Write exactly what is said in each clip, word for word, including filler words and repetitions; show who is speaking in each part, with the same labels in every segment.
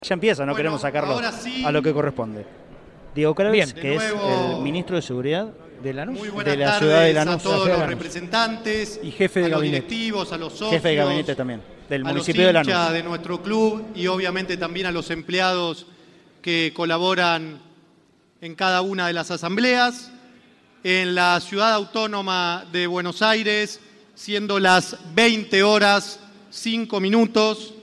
Speaker 1: Ya empieza, no
Speaker 2: bueno,
Speaker 1: queremos sacarlo
Speaker 2: sí,
Speaker 1: a lo que corresponde. Diego Kravitz, que
Speaker 2: nuevo,
Speaker 1: es el ministro de Seguridad de Lanús,
Speaker 2: muy
Speaker 1: de la
Speaker 2: tardes
Speaker 1: ciudad de Lanús,
Speaker 2: a todos los
Speaker 1: Lanús.
Speaker 2: representantes,
Speaker 1: y jefe de
Speaker 2: a los
Speaker 1: gabinete.
Speaker 2: directivos, a los socios,
Speaker 1: jefe de gabinete también, del
Speaker 2: a
Speaker 1: municipio de
Speaker 2: los
Speaker 1: Lanús.
Speaker 2: hinchas de nuestro club y obviamente también a los empleados que colaboran en cada una de las asambleas. En la ciudad autónoma de Buenos Aires, siendo las veinte horas cinco minutos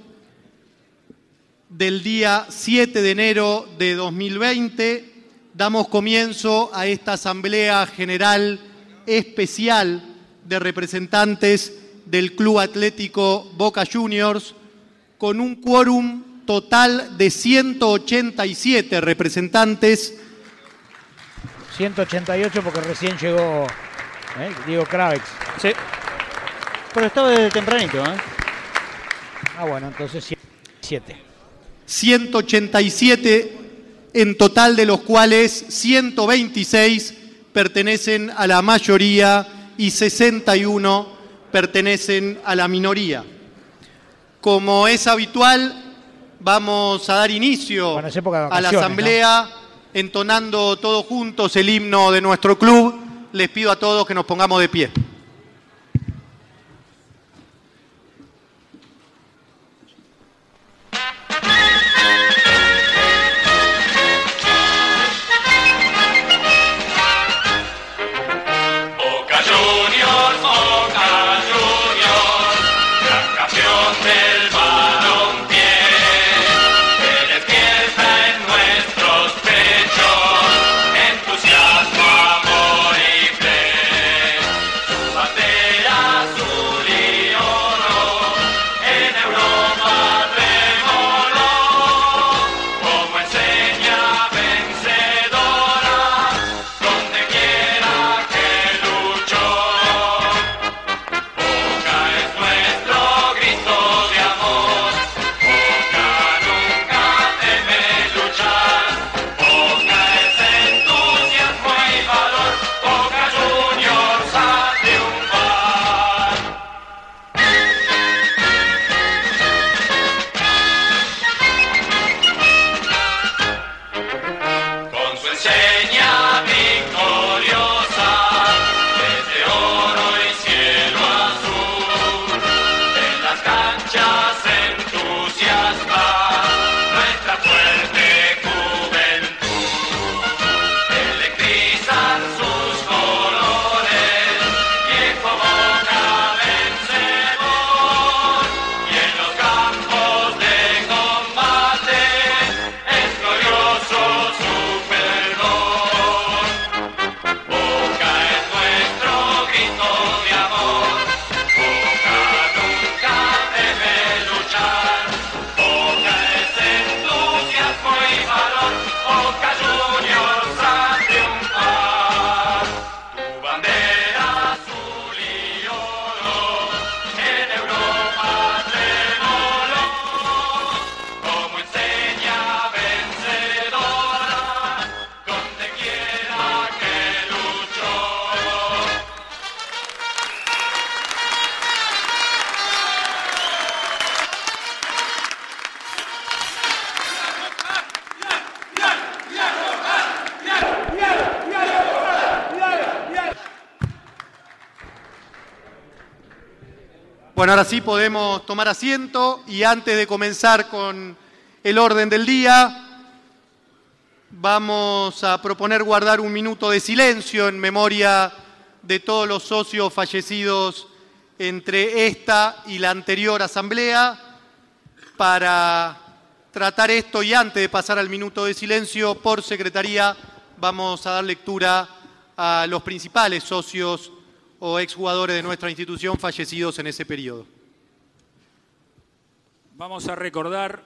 Speaker 2: del día siete de enero de dos mil veinte, damos comienzo a esta Asamblea General Especial de Representantes del Club Atlético Boca Juniors, con un quórum total de ciento ochenta y siete representantes.
Speaker 3: ciento ochenta y ocho porque recién llegó ¿eh? Diego Kravitz.
Speaker 1: Sí. Pero estaba desde tempranito, ¿eh?
Speaker 3: Ah, bueno, entonces siete.
Speaker 2: ciento ochenta y siete en total, de los cuales ciento veintiséis pertenecen a la mayoría y sesenta y uno pertenecen a la minoría. Como es habitual, vamos a dar inicio
Speaker 3: bueno,
Speaker 2: a la asamblea, ¿no?, entonando todos juntos el himno de nuestro club. Les pido a todos que nos pongamos de pie. Bueno, ahora sí podemos tomar asiento y antes de comenzar con el orden del día, vamos a proponer guardar un minuto de silencio en memoria de todos los socios fallecidos entre esta y la anterior asamblea. Para tratar esto y antes de pasar al minuto de silencio, por secretaría vamos a dar lectura a los principales socios o exjugadores de nuestra institución fallecidos en ese periodo.
Speaker 4: Vamos a recordar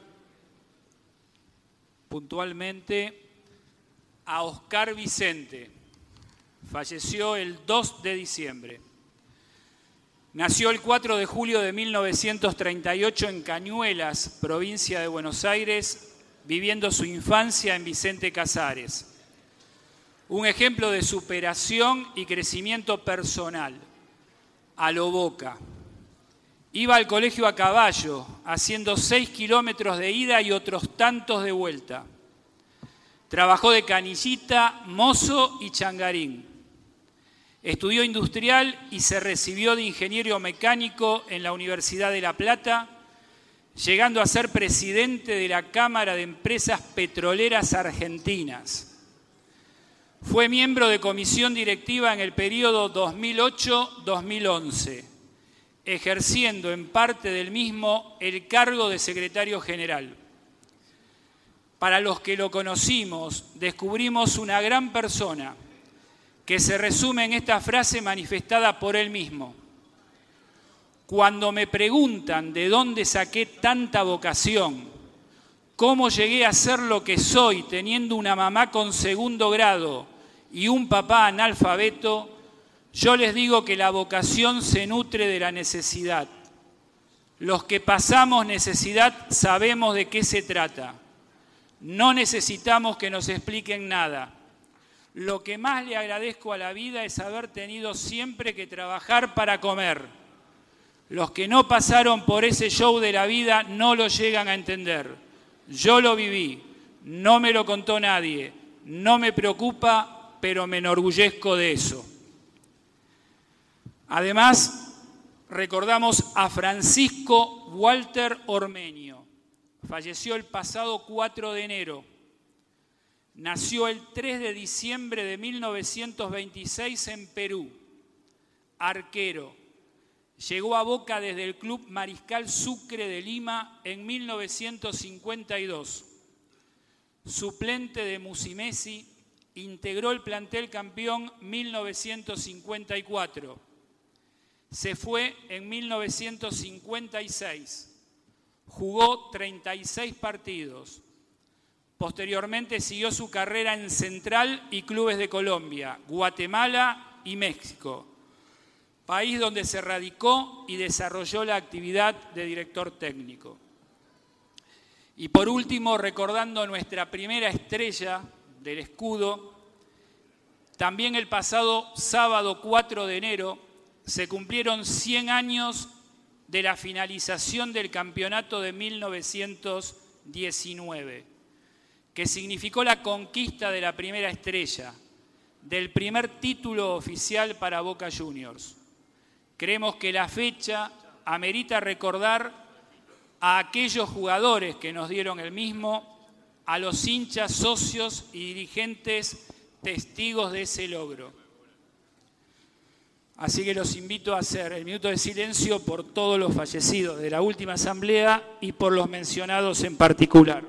Speaker 4: puntualmente a Oscar Vicente. Falleció el dos de diciembre. Nació el cuatro de julio de mil novecientos treinta y ocho en Cañuelas, provincia de Buenos Aires, viviendo su infancia en Vicente Casares. Un ejemplo de superación y crecimiento personal, a lo Boca. Iba al colegio a caballo, haciendo seis kilómetros de ida y otros tantos de vuelta. Trabajó de canillita, mozo y changarín. Estudió industrial y se recibió de ingeniero mecánico en la Universidad de La Plata, llegando a ser presidente de la Cámara de Empresas Petroleras Argentinas. Fue miembro de comisión directiva en el periodo dos mil ocho a dos mil once, ejerciendo en parte del mismo el cargo de secretario general. Para los que lo conocimos, descubrimos una gran persona que se resume en esta frase manifestada por él mismo. Cuando me preguntan de dónde saqué tanta vocación, cómo llegué a ser lo que soy teniendo una mamá con segundo grado y un papá analfabeto, yo les digo que la vocación se nutre de la necesidad. Los que pasamos necesidad sabemos de qué se trata. No necesitamos que nos expliquen nada. Lo que más le agradezco a la vida es haber tenido siempre que trabajar para comer. Los que no pasaron por ese show de la vida no lo llegan a entender. Yo lo viví, no me lo contó nadie, no me preocupa, pero me enorgullezco de eso. Además, recordamos a Francisco Walter Ormeño. Falleció el pasado cuatro de enero. Nació el tres de diciembre de mil novecientos veintiséis en Perú. Arquero. Llegó a Boca desde el Club Mariscal Sucre de Lima en mil novecientos cincuenta y dos. Suplente de Musimesi, integró el plantel campeón mil novecientos cincuenta y cuatro. Se fue en mil novecientos cincuenta y seis. Jugó treinta y seis partidos. Posteriormente siguió su carrera en Central y clubes de Colombia, Guatemala y México, país donde se radicó y desarrolló la actividad de director técnico. Y por último, recordando nuestra primera estrella del escudo, también el pasado sábado cuatro de enero se cumplieron cien años de la finalización del campeonato de mil novecientos diecinueve, que significó la conquista de la primera estrella, del primer título oficial para Boca Juniors. Creemos que la fecha amerita recordar a aquellos jugadores que nos dieron el mismo, a los hinchas, socios y dirigentes testigos de ese logro. Así que los invito a hacer el minuto de silencio por todos los fallecidos de la última asamblea y por los mencionados en particular.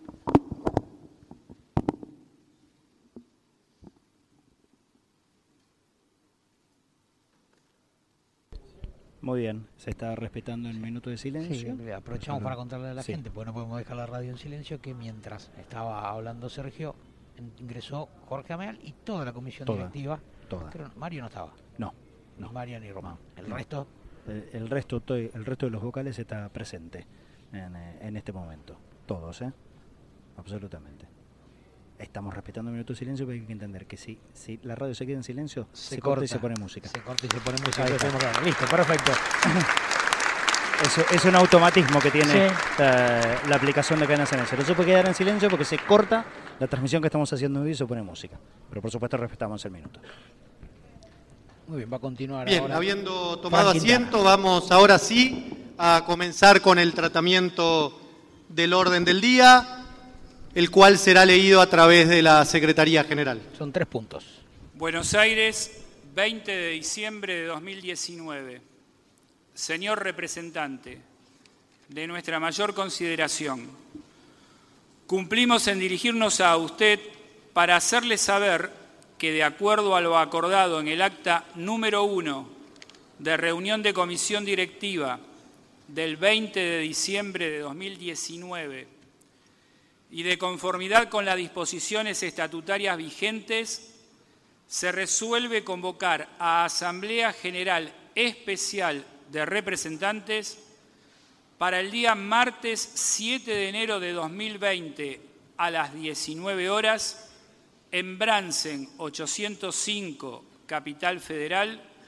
Speaker 1: Muy bien, se está respetando el minuto de silencio.
Speaker 3: Sí, aprovechamos para contarle a la
Speaker 1: sí.
Speaker 3: gente, porque no podemos dejar la radio en silencio, que mientras estaba hablando Sergio, ingresó Jorge Ameal y toda la comisión
Speaker 1: Toda,
Speaker 3: directiva.
Speaker 1: toda.
Speaker 3: Pero Mario no estaba.
Speaker 1: No,
Speaker 3: Ni
Speaker 1: no.
Speaker 3: Mario ni Román. El
Speaker 1: no.
Speaker 3: resto...
Speaker 1: El, el, resto el resto de los vocales está presente en, en este momento. Todos, ¿eh? Absolutamente. Estamos respetando el minuto de silencio, pero hay que entender que si, si la radio se queda en silencio, se, se corta y se pone música.
Speaker 3: Se corta y se pone música. Claro. Listo, perfecto.
Speaker 1: Es, es un automatismo que tiene
Speaker 3: sí.
Speaker 1: la, la aplicación de Cadenas en el No se puede quedar en silencio porque se corta la transmisión que estamos haciendo hoy y se pone música. Pero por supuesto respetamos el minuto.
Speaker 3: Muy bien, va a continuar
Speaker 2: Bien,
Speaker 3: ahora.
Speaker 2: habiendo tomado
Speaker 3: Frank
Speaker 2: asiento,
Speaker 3: Quintana.
Speaker 2: vamos ahora sí a comenzar con el tratamiento del orden del día, el cual será leído a través de la Secretaría General.
Speaker 3: Son tres puntos.
Speaker 4: Buenos Aires, veinte de diciembre de dos mil diecinueve. Señor representante, de nuestra mayor consideración, cumplimos en dirigirnos a usted para hacerle saber que, de acuerdo a lo acordado en el acta número uno de reunión de comisión directiva del veinte de diciembre de dos mil diecinueve y de conformidad con las disposiciones estatutarias vigentes, se resuelve convocar a Asamblea General Especial de Representantes para el día martes siete de enero de dos mil veinte a las diecinueve horas en Bransen ochocientos cinco, Capital Federal,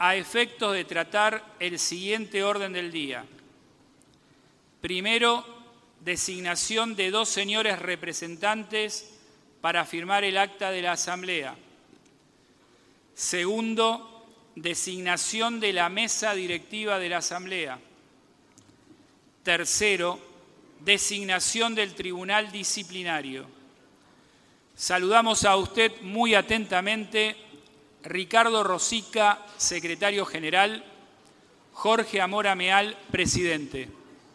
Speaker 4: a efectos de tratar el siguiente orden del día. Primero, designación de dos señores representantes para firmar el acta de la Asamblea. Segundo, designación de la mesa directiva de la Asamblea. Tercero, designación del Tribunal Disciplinario. Saludamos a usted muy atentamente, Ricardo Rosica, secretario general, Jorge Amora Meal, presidente.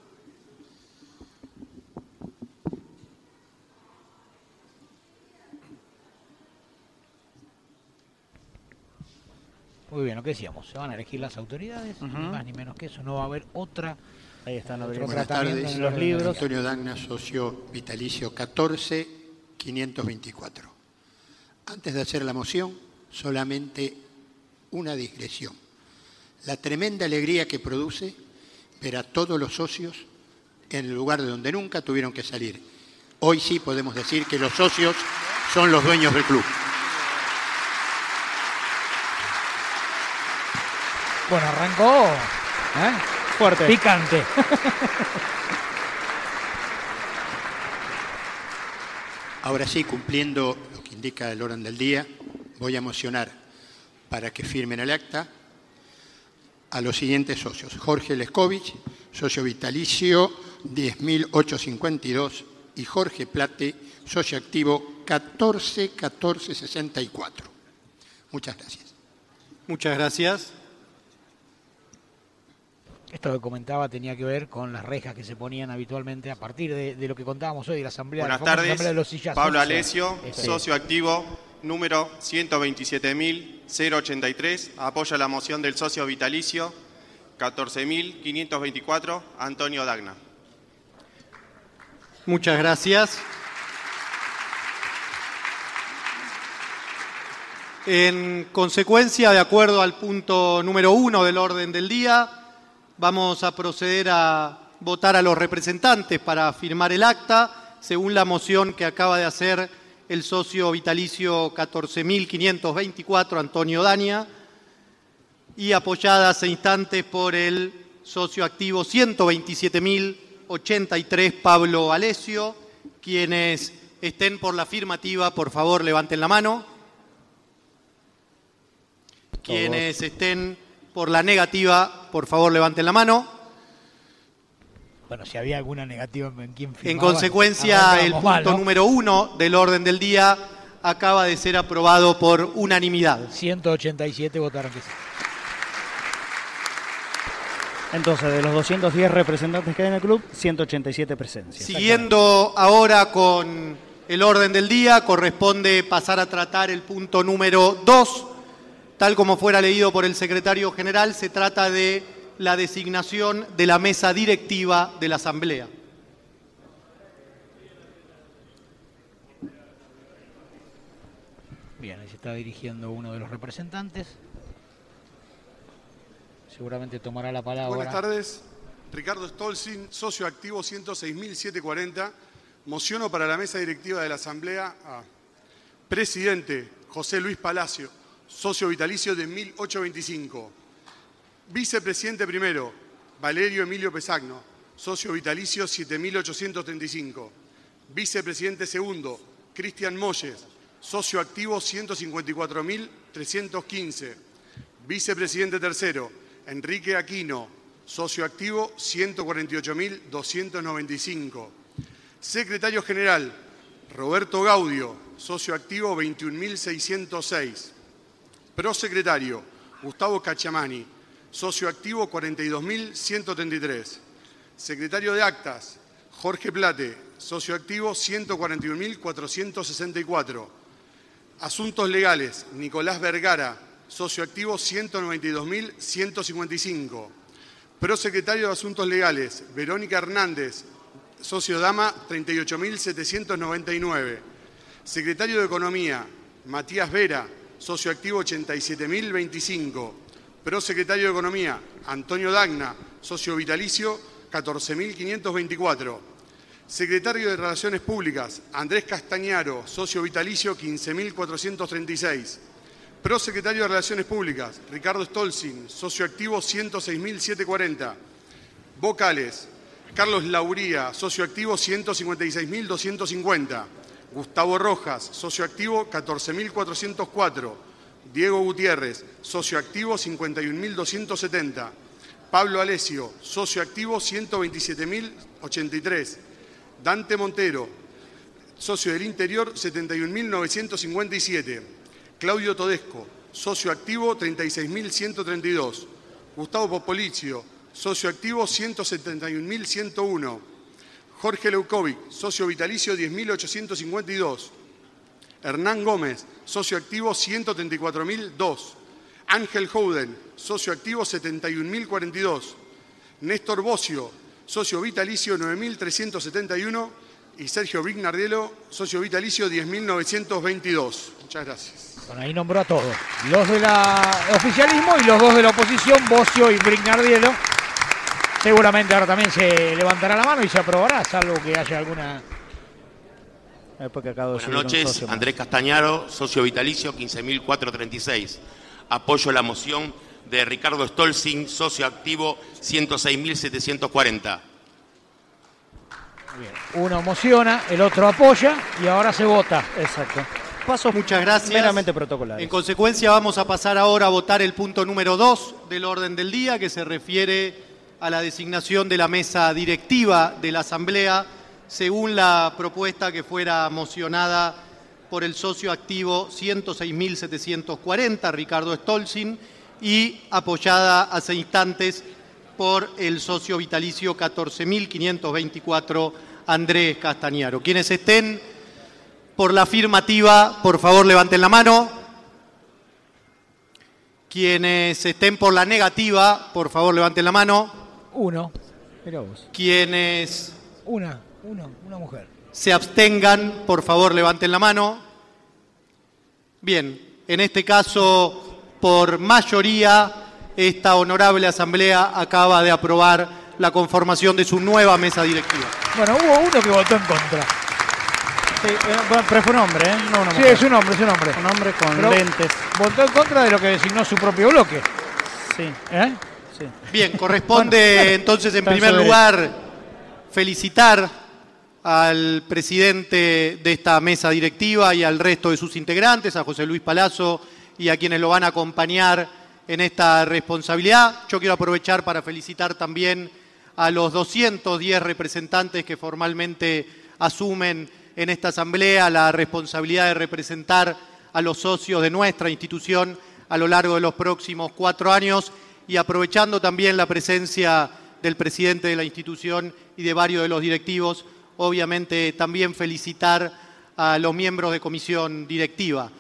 Speaker 3: Muy bien, lo que decíamos, se van a elegir las autoridades, uh-huh. ni más ni menos que eso, no va a haber otra.
Speaker 1: Ahí están
Speaker 3: otro
Speaker 1: los
Speaker 5: Buenas tardes,
Speaker 3: en los libros.
Speaker 5: Antonio Dagna, socio vitalicio catorce mil quinientos veinticuatro. Antes de hacer la moción, solamente una digresión. La tremenda alegría que produce ver a todos los socios en el lugar de donde nunca tuvieron que salir. Hoy sí podemos decir que los socios son los dueños del club.
Speaker 3: Bueno, arrancó ¿eh?
Speaker 1: fuerte,
Speaker 3: picante.
Speaker 5: Ahora sí, cumpliendo lo que indica el orden del día, voy a mocionar para que firmen el acta a los siguientes socios. Jorge Leskovich, socio vitalicio diez mil ochocientos cincuenta y dos, y Jorge Plate, socio activo catorce mil catorcientos sesenta y cuatro. Muchas gracias.
Speaker 2: Muchas gracias.
Speaker 3: Esto que comentaba tenía que ver con las rejas que se ponían habitualmente a partir de, de lo que contábamos hoy de la Asamblea.
Speaker 6: Buenas
Speaker 3: la
Speaker 6: tardes,
Speaker 3: asamblea de los sillazos.
Speaker 6: Pablo Alesio,
Speaker 3: este.
Speaker 6: socio activo, número ciento veintisiete mil ochenta y tres, apoya la moción del socio vitalicio catorce mil quinientos veinticuatro, Antonio Dagna.
Speaker 2: Muchas gracias. En consecuencia, de acuerdo al punto número uno del orden del día, vamos a proceder a votar a los representantes para firmar el acta, según la moción que acaba de hacer el socio vitalicio catorce mil quinientos veinticuatro, Antonio Dagna, y apoyada hace instantes por el socio activo ciento veintisiete mil ochenta y tres, Pablo Alesio. Quienes estén por la afirmativa, por favor, levanten la mano. Quienes estén por la negativa, por favor, levanten la mano.
Speaker 3: Bueno, si había alguna negativa en quién firmaba.
Speaker 2: En consecuencia, el punto
Speaker 3: mal, ¿no?
Speaker 2: número uno del orden del día acaba de ser aprobado por unanimidad.
Speaker 3: ciento ochenta y siete votaron que sí.
Speaker 1: Entonces, de los doscientos diez representantes que hay en el club, ciento ochenta y siete presencias.
Speaker 2: Siguiendo ahora con el orden del día, corresponde pasar a tratar el punto número dos. Tal como fuera leído por el secretario general, se trata de la designación de la mesa directiva de la Asamblea.
Speaker 3: Bien, ahí se está dirigiendo uno de los representantes. Seguramente tomará la palabra.
Speaker 7: Buenas tardes. Ricardo Stolzin, socio activo ciento seis mil setecientos cuarenta. Mociono para la mesa directiva de la Asamblea a presidente José Luis Palacio, socio vitalicio de mil ochocientos veinticinco. Vicepresidente primero, Valerio Emilio Pesagno, socio vitalicio siete mil ochocientos treinta y cinco. Vicepresidente segundo, Cristian Molles, socio activo ciento cincuenta y cuatro mil trescientos quince. Vicepresidente tercero, Enrique Aquino, socio activo ciento cuarenta y ocho mil doscientos noventa y cinco. Secretario general, Roberto Gaudio, socio activo veintiún mil seiscientos seis. Prosecretario, Gustavo Cacciamani, socio activo cuarenta y dos mil ciento treinta y tres. Secretario de Actas, Jorge Plate, socio activo ciento cuarenta y un mil cuatrocientos sesenta y cuatro. Asuntos legales, Nicolás Vergara, socio activo ciento noventa y dos mil ciento cincuenta y cinco. Prosecretario de Asuntos Legales, Verónica Hernández, socio dama treinta y ocho mil setecientos noventa y nueve. Secretario de Economía, Matías Vera, socio activo ochenta y siete mil veinticinco. Prosecretario de Economía, Antonio Dagna, socio vitalicio catorce mil quinientos veinticuatro. Secretario de Relaciones Públicas, Andrés Castañaro, socio vitalicio quince mil cuatrocientos treinta y seis. Prosecretario de Relaciones Públicas, Ricardo Stolzin, socio activo ciento seis mil setecientos cuarenta. Vocales, Carlos Lauría, socio activo ciento cincuenta y seis mil doscientos cincuenta. Gustavo Rojas, socio activo catorce mil cuatrocientos cuatro. Diego Gutiérrez, socio activo cincuenta y un mil doscientos setenta. Pablo Alesio, socio activo ciento veintisiete mil ochenta y tres. Dante Montero, socio del Interior setenta y un mil novecientos cincuenta y siete. Claudio Todesco, socio activo treinta y seis mil ciento treinta y dos. Gustavo Popolizio, socio activo ciento setenta y un mil ciento uno. Jorge Leukovic, socio vitalicio diez mil ochocientos cincuenta y dos. Hernán Gómez, socio activo ciento treinta y cuatro mil dos. Ángel Houden, socio activo setenta y un mil cuarenta y dos. Néstor Bocio, socio vitalicio nueve mil trescientos setenta y uno. Y Sergio Brignardielo, socio vitalicio diez mil novecientos veintidós. Muchas gracias.
Speaker 3: Bueno, ahí nombró a todos. Los del oficialismo y los dos de la oposición, Bocio y Brignardielo. Seguramente ahora también se levantará la mano y se aprobará, salvo que haya alguna...
Speaker 8: Buenas noches, Andrés Castañaro, socio vitalicio quince mil cuatrocientos treinta y seis. Apoyo la moción de Ricardo Stolzin, socio activo ciento seis mil setecientos cuarenta.
Speaker 3: Bien. Uno emociona, el otro apoya y ahora se vota.
Speaker 1: Exacto. Pasos
Speaker 2: Muchas gracias.
Speaker 1: meramente protocolares.
Speaker 2: En consecuencia, vamos a pasar ahora a votar el punto número dos del orden del día, que se refiere a la designación de la mesa directiva de la Asamblea, según la propuesta que fuera mocionada por el socio activo ciento seis mil setecientos cuarenta, Ricardo Stolzin, y apoyada hace instantes por el socio vitalicio catorce mil quinientos veinticuatro, Andrés Castañaro. Quienes estén por la afirmativa, por favor levanten la mano. Quienes estén por la negativa, por favor levanten la mano.
Speaker 3: Uno.
Speaker 1: Mirá vos.
Speaker 2: Quienes
Speaker 3: Una, uno, una mujer.
Speaker 2: se abstengan, por favor levanten la mano. Bien, en este caso, por mayoría, esta honorable asamblea acaba de aprobar la conformación de su nueva mesa directiva.
Speaker 3: Bueno, hubo uno que votó en contra.
Speaker 1: Sí, eh, bueno, pero fue un hombre, ¿eh? No una
Speaker 3: Sí,
Speaker 1: mujer.
Speaker 3: es un hombre, es un hombre.
Speaker 1: Un hombre con
Speaker 3: Pero
Speaker 1: lentes.
Speaker 3: votó en contra de lo que designó su propio bloque.
Speaker 1: Sí,
Speaker 3: ¿Eh?
Speaker 1: sí.
Speaker 2: Bien, corresponde
Speaker 1: Bueno, bueno,
Speaker 2: entonces en
Speaker 1: está en
Speaker 2: primer
Speaker 1: su
Speaker 2: lugar felicitar al presidente de esta mesa directiva y al resto de sus integrantes, a José Luis Palazzo y a quienes lo van a acompañar en esta responsabilidad. Yo quiero aprovechar para felicitar también a los doscientos diez representantes que formalmente asumen en esta asamblea la responsabilidad de representar a los socios de nuestra institución a lo largo de los próximos cuatro años y aprovechando también la presencia del presidente de la institución y de varios de los directivos, obviamente también felicitar a los miembros de comisión directiva.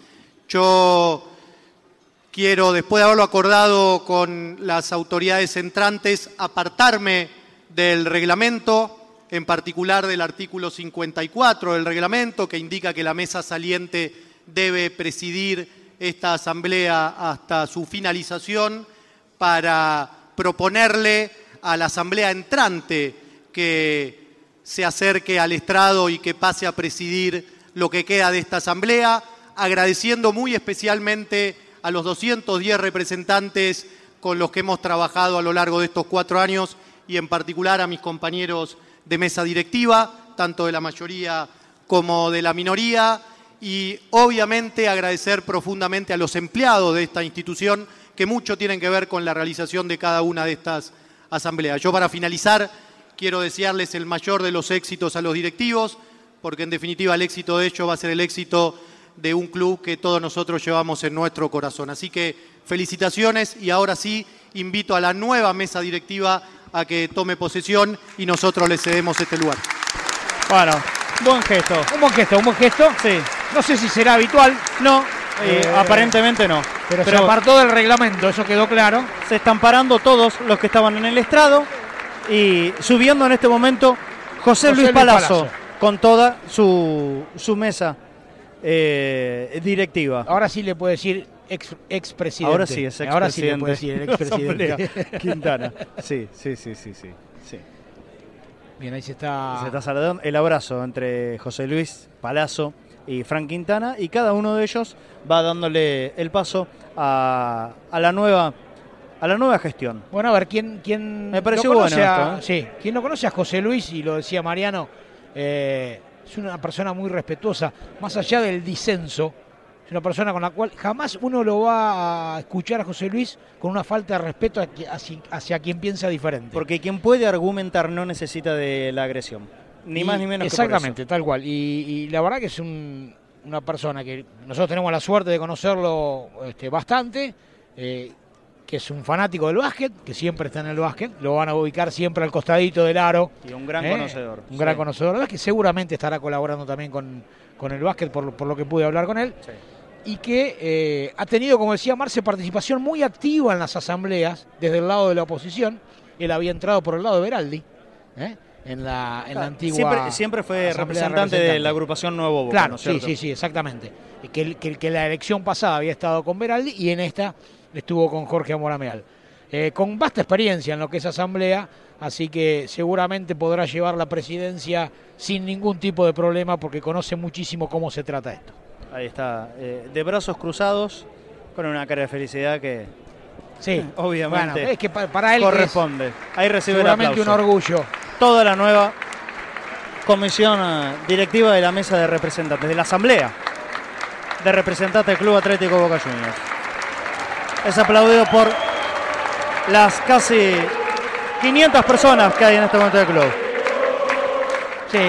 Speaker 2: Yo quiero, después de haberlo acordado con las autoridades entrantes, apartarme del reglamento, en particular del artículo cincuenta y cuatro del reglamento, que indica que la mesa saliente debe presidir esta asamblea hasta su finalización, para proponerle a la asamblea entrante que se acerque al estrado y que pase a presidir lo que queda de esta asamblea, agradeciendo muy especialmente a los doscientos diez representantes con los que hemos trabajado a lo largo de estos cuatro años y en particular a mis compañeros de mesa directiva, tanto de la mayoría como de la minoría, y obviamente agradecer profundamente a los empleados de esta institución que mucho tienen que ver con la realización de cada una de estas asambleas. Yo, para finalizar, quiero desearles el mayor de los éxitos a los directivos, porque en definitiva el éxito de ellos va a ser el éxito de un club que todos nosotros llevamos en nuestro corazón. Así que felicitaciones y ahora sí invito a la nueva mesa directiva a que tome posesión y nosotros le cedemos este lugar.
Speaker 1: Bueno, buen gesto.
Speaker 3: Un buen gesto, un buen gesto.
Speaker 1: Sí.
Speaker 3: No sé si será habitual,
Speaker 1: No, eh,
Speaker 3: Eh,
Speaker 1: aparentemente no.
Speaker 3: pero, se apartó del reglamento, eso quedó claro.
Speaker 1: se están parando todos los que estaban en el estrado y subiendo en este momento José,
Speaker 3: José
Speaker 1: Luis
Speaker 3: Luis
Speaker 1: Palazzo,
Speaker 3: Palazzo.
Speaker 1: con toda su, su mesa eh, directiva.
Speaker 3: Ahora sí le puede decir ex, expresidente.
Speaker 1: Ahora sí es expresidente.
Speaker 3: Ahora sí le puede decir el
Speaker 1: de la
Speaker 3: expresidente.
Speaker 1: Asamblea, Quintana. Sí, sí, sí, sí, sí. sí.
Speaker 3: Bien, ahí se está...
Speaker 1: Se está saludando el abrazo entre José Luis Palazzo, y Frank Quintana, y cada uno de ellos va dándole el paso a, a la nueva a la nueva gestión.
Speaker 3: Bueno, a ver, ¿quién, quién
Speaker 1: Me pareció
Speaker 3: no conoce
Speaker 1: bueno
Speaker 3: a,
Speaker 1: esto, ¿eh?
Speaker 3: sí, ¿quién no conoce a José Luis? Y lo decía Mariano, eh, es una persona muy respetuosa, más allá del disenso, es una persona con la cual jamás uno lo va a escuchar a José Luis con una falta de respeto hacia, hacia quien piensa diferente.
Speaker 1: Porque quien puede argumentar no necesita de la agresión, ni
Speaker 3: Y
Speaker 1: más ni menos
Speaker 3: exactamente,
Speaker 1: que por eso.
Speaker 3: tal cual. Y, y la verdad que es un, una persona que nosotros tenemos la suerte de conocerlo este, bastante, eh, que es un fanático del básquet, que siempre está en el básquet, lo van a ubicar siempre al costadito del aro.
Speaker 1: Y un gran
Speaker 3: ¿eh?
Speaker 1: conocedor.
Speaker 3: Un gran
Speaker 1: sí.
Speaker 3: conocedor, que seguramente estará colaborando también con, con el básquet, por, por lo que pude hablar con él.
Speaker 1: Sí.
Speaker 3: Y que eh, ha tenido, como decía Marce, participación muy activa en las asambleas, desde el lado de la oposición. Él había entrado por el lado de Veraldi, ¿eh? en, la, en la antigua
Speaker 1: Siempre, siempre fue
Speaker 3: Asamblea
Speaker 1: representante de
Speaker 3: Representantes.
Speaker 1: la agrupación Nuevo Boca,
Speaker 3: Claro,
Speaker 1: ¿no es
Speaker 3: sí,
Speaker 1: cierto?
Speaker 3: sí, sí, exactamente. Que, que, que la elección pasada había estado con Veraldi y en esta estuvo con Jorge Amorameal. Eh, con vasta experiencia en lo que es asamblea, así que seguramente podrá llevar la presidencia sin ningún tipo de problema porque conoce muchísimo cómo se trata esto.
Speaker 1: Ahí está, eh, de brazos cruzados, con una cara de felicidad que
Speaker 3: Sí,
Speaker 1: obviamente
Speaker 3: bueno, es que pa- para él
Speaker 1: corresponde.
Speaker 3: es
Speaker 1: Ahí recibe el
Speaker 3: seguramente
Speaker 1: aplauso.
Speaker 3: un orgullo.
Speaker 1: Toda la nueva comisión eh, directiva de la mesa de representantes, de la asamblea de representantes del Club Atlético Boca Juniors. Es aplaudido por las casi quinientas personas que hay en este momento del club.
Speaker 3: Sí.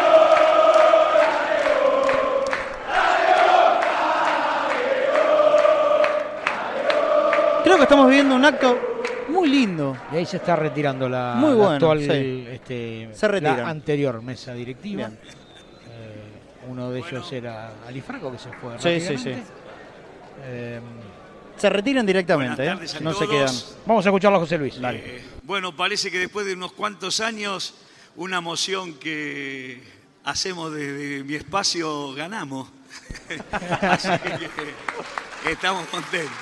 Speaker 1: Creo que estamos viviendo un acto muy lindo.
Speaker 3: Y ahí se está retirando la,
Speaker 1: Muy
Speaker 3: la
Speaker 1: bueno,
Speaker 3: actual,
Speaker 1: sí.
Speaker 3: este,
Speaker 1: Se retiran.
Speaker 3: la anterior mesa directiva.
Speaker 1: Bien.
Speaker 3: Eh, uno de ellos era Alifraco, que se fue
Speaker 1: Sí, sí,
Speaker 3: rápidamente.
Speaker 1: sí.
Speaker 3: Eh,
Speaker 1: Se retiran directamente,
Speaker 9: Buenas
Speaker 1: ¿eh?
Speaker 9: tardes a
Speaker 1: No se
Speaker 9: todos.
Speaker 1: quedan.
Speaker 3: vamos a escucharlo a José Luis.
Speaker 9: Eh, bueno, parece que después de unos cuantos años, una moción que hacemos desde mi espacio ganamos. Así que estamos contentos.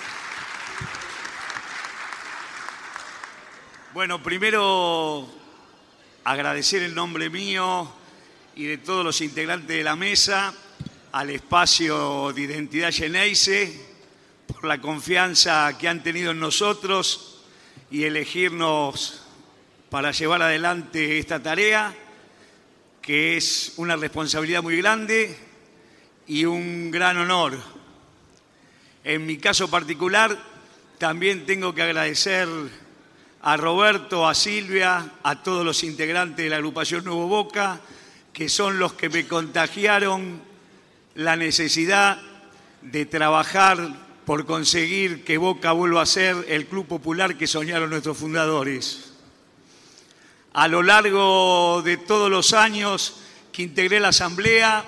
Speaker 9: Bueno, primero agradecer en nombre mío y de todos los integrantes de la mesa al espacio de Identidad Geneise por la confianza que han tenido en nosotros y elegirnos para llevar adelante esta tarea, que es una responsabilidad muy grande y un gran honor. En mi caso particular, también tengo que agradecer a Roberto, a Silvia, a todos los integrantes de la agrupación Nuevo Boca, que son los que me contagiaron la necesidad de trabajar por conseguir que Boca vuelva a ser el club popular que soñaron nuestros fundadores. A lo largo de todos los años que integré la asamblea,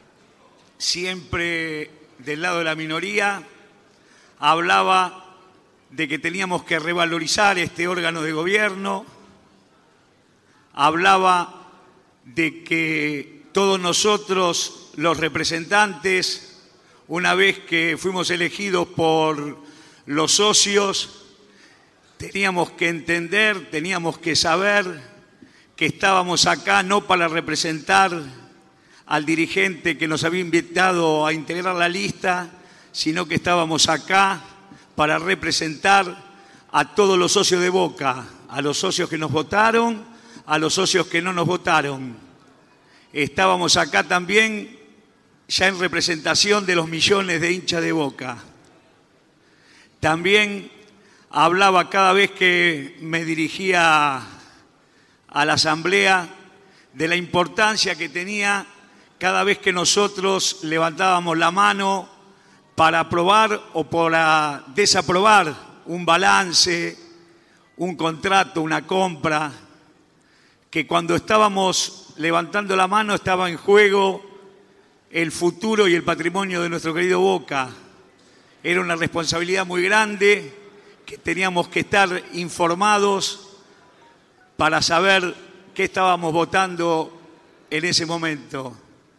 Speaker 9: siempre del lado de la minoría, hablaba de que teníamos que revalorizar este órgano de gobierno, hablaba de que todos nosotros, los representantes, una vez que fuimos elegidos por los socios, teníamos que entender, teníamos que saber que estábamos acá no para representar al dirigente que nos había invitado a integrar la lista, sino que estábamos acá para representar a todos los socios de Boca, a los socios que nos votaron, a los socios que no nos votaron. Estábamos acá también ya en representación de los millones de hinchas de Boca. También hablaba cada vez que me dirigía a la asamblea de la importancia que tenía cada vez que nosotros levantábamos la mano para aprobar o para desaprobar un balance, un contrato, una compra, que cuando estábamos levantando la mano estaba en juego el futuro y el patrimonio de nuestro querido Boca. Era una responsabilidad muy grande, que teníamos que estar informados para saber qué estábamos votando en ese momento.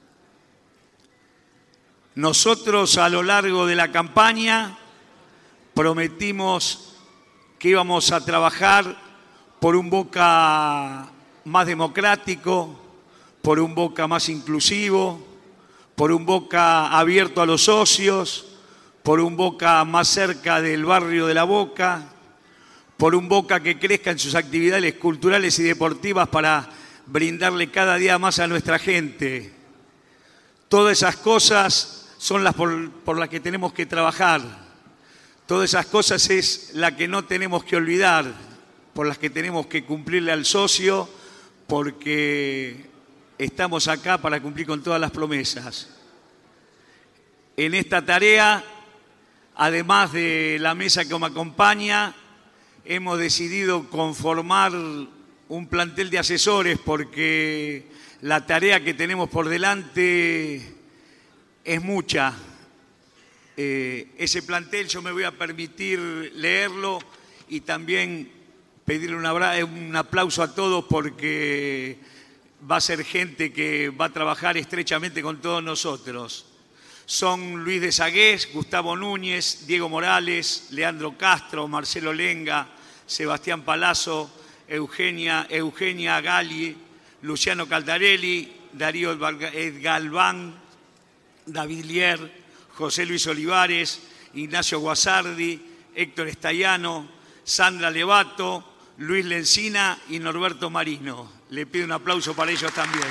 Speaker 9: Nosotros a lo largo de la campaña prometimos que íbamos a trabajar por un Boca más democrático, por un Boca más inclusivo, por un Boca abierto a los socios, por un Boca más cerca del barrio de La Boca, por un Boca que crezca en sus actividades culturales y deportivas para brindarle cada día más a nuestra gente. Todas esas cosas son las por, por las que tenemos que trabajar. Todas esas cosas es la que no tenemos que olvidar, por las que tenemos que cumplirle al socio, porque estamos acá para cumplir con todas las promesas. En esta tarea, además de la mesa que me acompaña, hemos decidido conformar un plantel de asesores porque la tarea que tenemos por delante es mucha. Eh, ese plantel yo me voy a permitir leerlo y también pedirle un, abra- un aplauso a todos porque va a ser gente que va a trabajar estrechamente con todos nosotros. Son Luis de Sagués, Gustavo Núñez, Diego Morales, Leandro Castro, Marcelo Lenga, Sebastián Palazzo, Eugenia, Eugenia Gali, Luciano Caldarelli, Darío Galván, David Lier, José Luis Olivares, Ignacio Guasardi, Héctor Estallano, Sandra Levato, Luis Lencina y Norberto Marino. Le pido un aplauso para ellos también.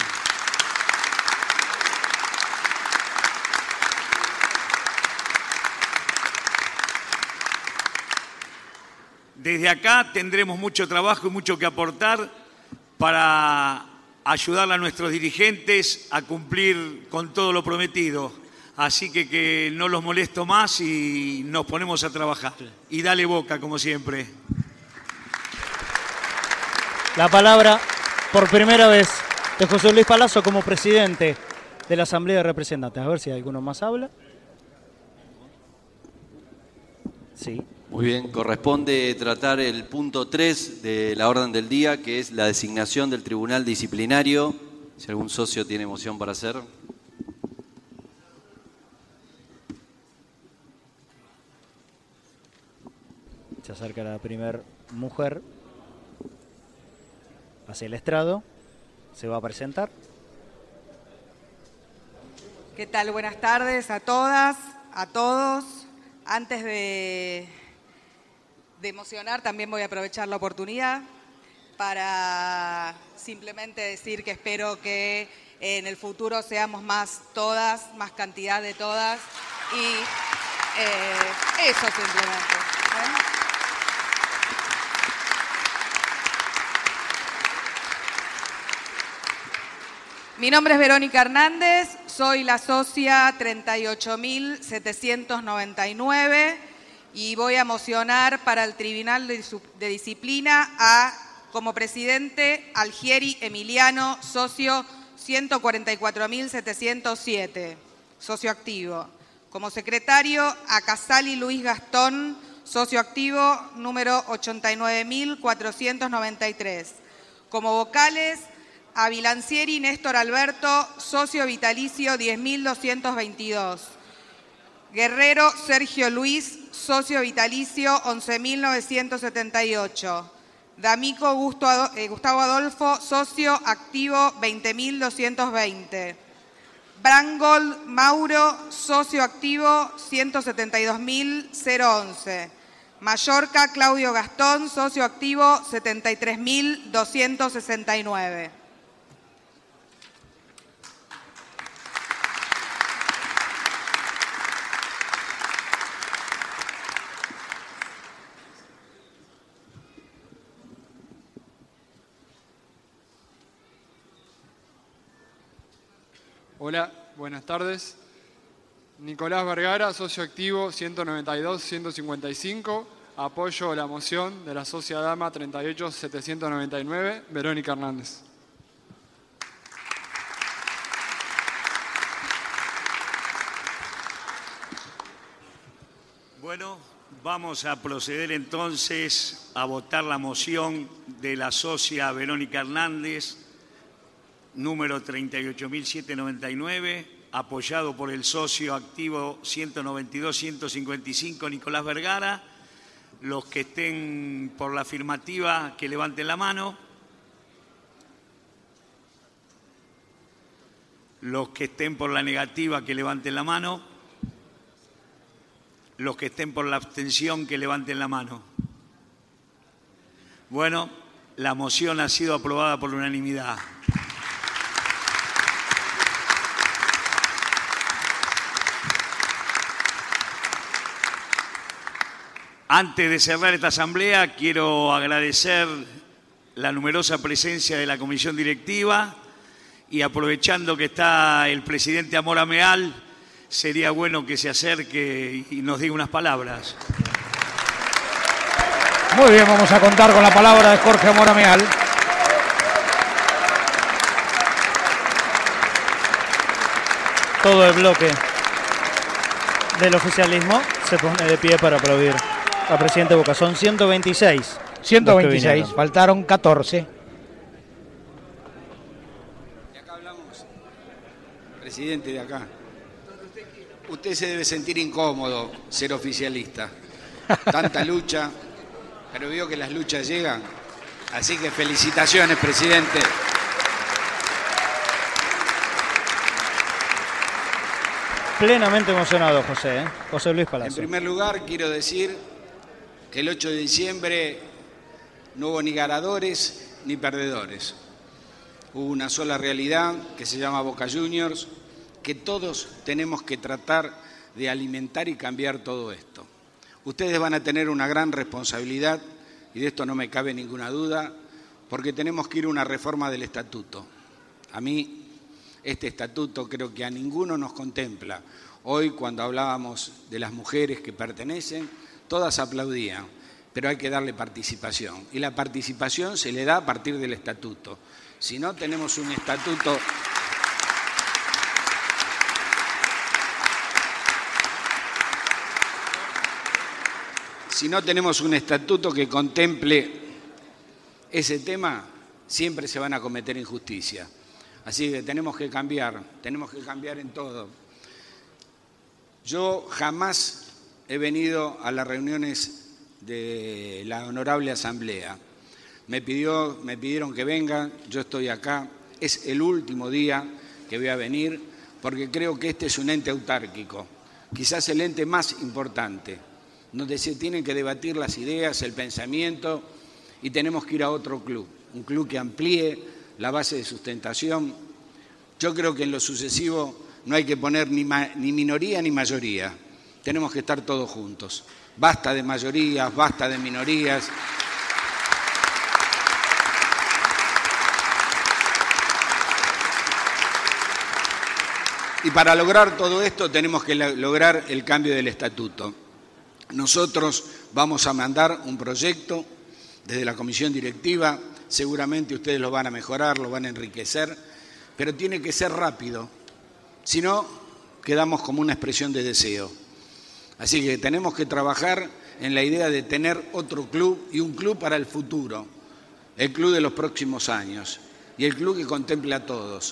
Speaker 9: Desde acá tendremos mucho trabajo y mucho que aportar para ayudar a nuestros dirigentes a cumplir con todo lo prometido. Así que que no los molesto más y nos ponemos a trabajar. Y dale Boca, como siempre.
Speaker 1: La palabra, por primera vez, de José Luis Palazzo como presidente de la Asamblea de Representantes. A ver si alguno más habla. Sí.
Speaker 10: Muy bien, corresponde tratar el punto tres de la orden del día, que es la designación del Tribunal Disciplinario. Si algún socio tiene moción para hacer.
Speaker 1: Se acerca la primera mujer hacia el estrado. Se va a presentar.
Speaker 11: ¿Qué tal? Buenas tardes a todas, a todos. Antes de... de emocionar, también voy a aprovechar la oportunidad para simplemente decir que espero que en el futuro seamos más todas, más cantidad de todas y eh, eso simplemente. ¿eh? Mi nombre es Verónica Hernández, soy la socia treinta y ocho mil setecientos noventa y nueve. Y voy a mocionar para el Tribunal de, de Disciplina a, como presidente, Algieri Emiliano, socio ciento cuarenta y cuatro mil setecientos siete, socio activo. Como secretario, a Casali Luis Gastón, socio activo, número ochenta y nueve mil cuatrocientos noventa y tres. Como vocales, a Bilancieri Néstor Alberto, socio vitalicio diez mil doscientos veintidós. Guerrero Sergio Luis, socio vitalicio once mil novecientos setenta y ocho. D'Amico Gustavo Adolfo, socio activo veinte mil doscientos veinte. Brangold Mauro, socio activo ciento setenta y dos mil once. Mallorca Claudio Gastón, socio activo setenta y tres mil doscientos sesenta y nueve.
Speaker 12: Hola, buenas tardes. Nicolás Vergara, socio activo ciento noventa y dos ciento cincuenta y cinco. Apoyo la moción de la socia dama treinta y ocho mil setecientos noventa y nueve, Verónica Hernández.
Speaker 9: Bueno, vamos a proceder entonces a votar la moción de la socia Verónica Hernández, número treinta y ocho mil setecientos noventa y nueve, apoyado por el socio activo ciento noventa y dos ciento cincuenta y cinco, Nicolás Vergara. Los que estén por la afirmativa, que levanten la mano. Los que estén por la negativa, que levanten la mano. Los que estén por la abstención, que levanten la mano. Bueno, la moción ha sido aprobada por unanimidad. Antes de cerrar esta asamblea, quiero agradecer la numerosa presencia de la comisión directiva y aprovechando que está el presidente Amor Ameal, sería bueno que se acerque y nos diga unas palabras.
Speaker 3: Muy bien, vamos a contar con la palabra de Jorge Amor Ameal.
Speaker 13: Todo el bloque del oficialismo se pone de pie para aplaudir al presidente Boca. Son ciento veintiséis.
Speaker 3: ciento veintiséis, faltaron catorce.
Speaker 14: De acá hablamos. Presidente, de acá. Usted se debe sentir incómodo ser oficialista. Tanta lucha, pero vio que las luchas llegan. Así que felicitaciones, presidente.
Speaker 13: Plenamente emocionado, José, ¿eh? José Luis Palazzo.
Speaker 14: En primer lugar, quiero decir que el ocho de diciembre no hubo ni ganadores ni perdedores. Hubo una sola realidad que se llama Boca Juniors, que todos tenemos que tratar de alimentar y cambiar todo esto. Ustedes van a tener una gran responsabilidad, y de esto no me cabe ninguna duda, porque tenemos que ir a una reforma del estatuto. A mí, este estatuto creo que a ninguno nos contempla. Hoy, cuando hablábamos de las mujeres que pertenecen, todas aplaudían, pero hay que darle participación. Y la participación se le da a partir del estatuto. Si no tenemos un estatuto... Si no tenemos un estatuto que contemple ese tema, siempre se van a cometer injusticias. Así que tenemos que cambiar, tenemos que cambiar en todo. Yo jamás he venido a las reuniones de la Honorable Asamblea. Me, pidió, me pidieron que venga, yo estoy acá. Es el último día que voy a venir porque creo que este es un ente autárquico, quizás el ente más importante, donde se tienen que debatir las ideas, el pensamiento, y tenemos que ir a otro club, un club que amplíe la base de sustentación. Yo creo que en lo sucesivo no hay que poner ni, ma, ni minoría ni mayoría, tenemos que estar todos juntos. Basta de mayorías, basta de minorías. Y para lograr todo esto tenemos que lograr el cambio del estatuto. Nosotros vamos a mandar un proyecto desde la comisión directiva, seguramente ustedes lo van a mejorar, lo van a enriquecer, pero tiene que ser rápido, si no quedamos como una expresión de deseo. Así que tenemos que trabajar en la idea de tener otro club y un club para el futuro, el club de los próximos años y el club que contemple a todos.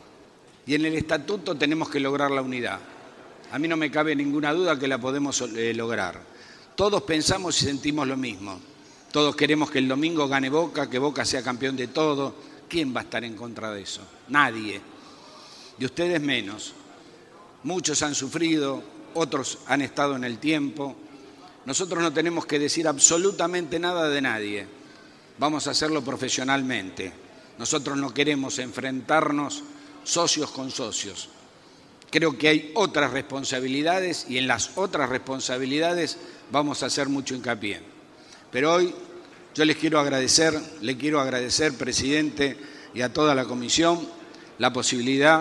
Speaker 14: Y en el estatuto tenemos que lograr la unidad. A mí no me cabe ninguna duda que la podemos eh, lograr. Todos pensamos y sentimos lo mismo. Todos queremos que el domingo gane Boca, que Boca sea campeón de todo. ¿Quién va a estar en contra de eso? Nadie. Y ustedes menos. Muchos han sufrido, otros han estado en el tiempo. Nosotros no tenemos que decir absolutamente nada de nadie. Vamos a hacerlo profesionalmente. Nosotros no queremos enfrentarnos socios con socios. Creo que hay otras responsabilidades y en las otras responsabilidades vamos a hacer mucho hincapié. Pero hoy yo les quiero agradecer, le quiero agradecer, presidente, y a toda la comisión, la posibilidad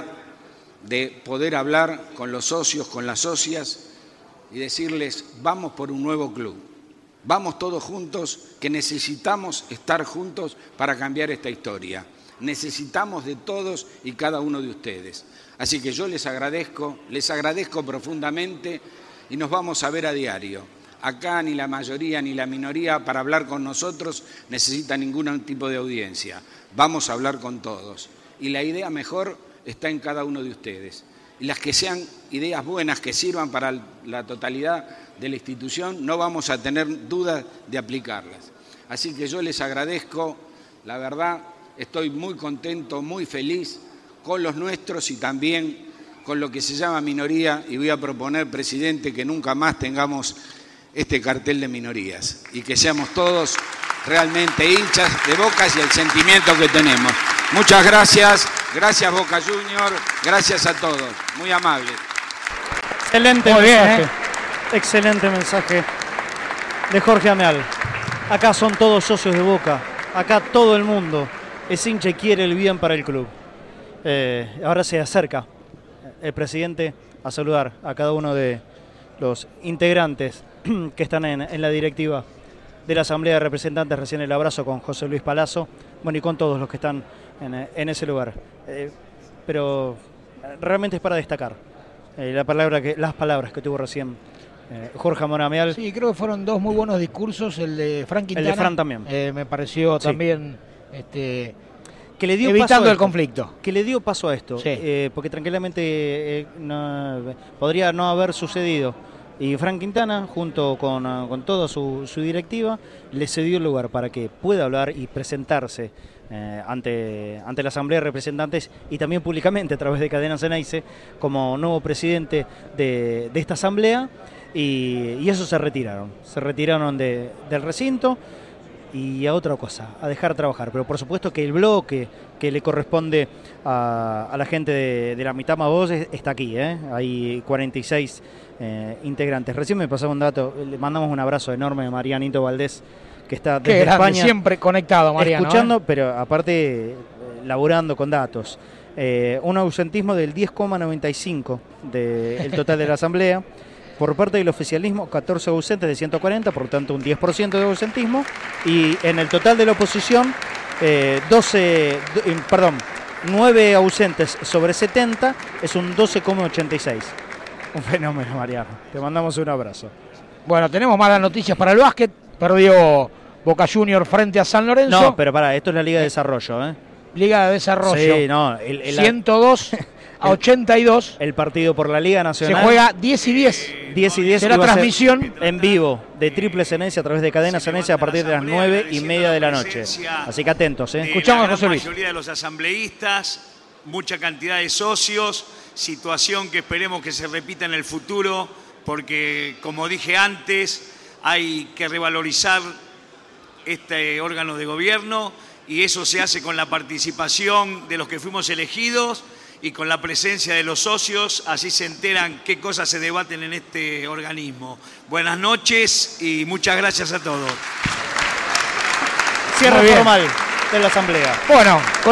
Speaker 14: de poder hablar con los socios, con las socias y decirles, vamos por un nuevo club. Vamos todos juntos, que necesitamos estar juntos para cambiar esta historia. Necesitamos de todos y cada uno de ustedes. Así que yo les agradezco, les agradezco profundamente y nos vamos a ver a diario. Acá ni la mayoría ni la minoría para hablar con nosotros necesita ningún tipo de audiencia. Vamos a hablar con todos. Y la idea mejor está en cada uno de ustedes. Y las que sean ideas buenas que sirvan para la totalidad de la institución, no vamos a tener dudas de aplicarlas. Así que yo les agradezco, la verdad, estoy muy contento, muy feliz con los nuestros y también con lo que se llama minoría, y voy a proponer, presidente, que nunca más tengamos este cartel de minorías y que seamos todos realmente hinchas de Boca y el sentimiento que tenemos. Muchas gracias, gracias Boca Junior, gracias a todos, muy amable.
Speaker 13: Excelente
Speaker 3: Muy bien,
Speaker 13: mensaje,
Speaker 3: ¿eh?
Speaker 13: excelente mensaje de Jorge Ameal. Acá son todos socios de Boca, acá todo el mundo es hincha y quiere el bien para el club. Eh, ahora se acerca el presidente a saludar a cada uno de los integrantes que están en, en la directiva de la Asamblea de Representantes. Recién el abrazo con José Luis Palazzo, bueno, y con todos los que están en, en ese lugar. Eh, pero realmente es para destacar eh, la palabra que, las palabras que tuvo recién eh, Jorge Ameal.
Speaker 3: Sí, creo que fueron dos muy buenos discursos. El de Fran Quintana.
Speaker 13: El de Fran también.
Speaker 3: Eh, me pareció
Speaker 13: Sí.
Speaker 3: también este,
Speaker 13: que le dio
Speaker 3: evitando
Speaker 13: paso a
Speaker 3: el
Speaker 13: esto,
Speaker 3: conflicto.
Speaker 13: Que le dio paso a esto,
Speaker 3: Sí.
Speaker 13: eh, porque tranquilamente eh, no, podría no haber sucedido. Y Fran Quintana, junto con, uh, con toda su, su directiva, le cedió el lugar para que pueda hablar y presentarse eh, ante, ante la Asamblea de Representantes y también públicamente a través de Cadena Ceneice como nuevo presidente de, de esta Asamblea. Y, y eso se retiraron, se retiraron de, del recinto y a otra cosa, a dejar trabajar. Pero por supuesto que el bloque que le corresponde a, a la gente de, de la mitad más voz está aquí, ¿eh? Hay cuarenta y seis eh, integrantes. Recién me pasaba un dato, le mandamos un abrazo enorme a Marianito Valdés, que está desde
Speaker 3: Qué grande,
Speaker 13: España.
Speaker 3: siempre conectado, Mariano.
Speaker 13: Escuchando,
Speaker 3: ¿eh?
Speaker 13: pero aparte eh, laburando con datos. Eh, un ausentismo del diez coma noventa y cinco del total de la Asamblea. Por parte del oficialismo, catorce ausentes de ciento cuarenta, por tanto un diez por ciento de ausentismo. Y en el total de la oposición, eh, doce, perdón, nueve ausentes sobre setenta, es un doce coma ochenta y seis. Un fenómeno, Mariano. Te mandamos un abrazo.
Speaker 3: Bueno, tenemos malas noticias para el básquet. Perdió Boca Junior frente a San Lorenzo.
Speaker 13: No, pero pará, esto es la Liga de Desarrollo, ¿eh?
Speaker 3: Liga de Desarrollo.
Speaker 13: Sí, no. El, el,
Speaker 3: ciento dos a ochenta y dos.
Speaker 13: El partido por la Liga Nacional.
Speaker 3: Se juega diez y diez.
Speaker 13: diez y diez.
Speaker 3: Será transmisión
Speaker 13: en vivo de Triple Ceneice a través de Cadena Ceneice a partir de las nueve y media de la noche. Así que atentos, ¿eh?
Speaker 3: Escuchamos a José Luis.
Speaker 9: La mayoría de los asambleístas, mucha cantidad de socios, situación que esperemos que se repita en el futuro, porque como dije antes, hay que revalorizar este órgano de gobierno y eso se hace con la participación de los que fuimos elegidos y con la presencia de los socios, así se enteran qué cosas se debaten en este organismo. Buenas noches y muchas gracias a todos.
Speaker 13: Cierre formal de la Asamblea.
Speaker 3: Bueno.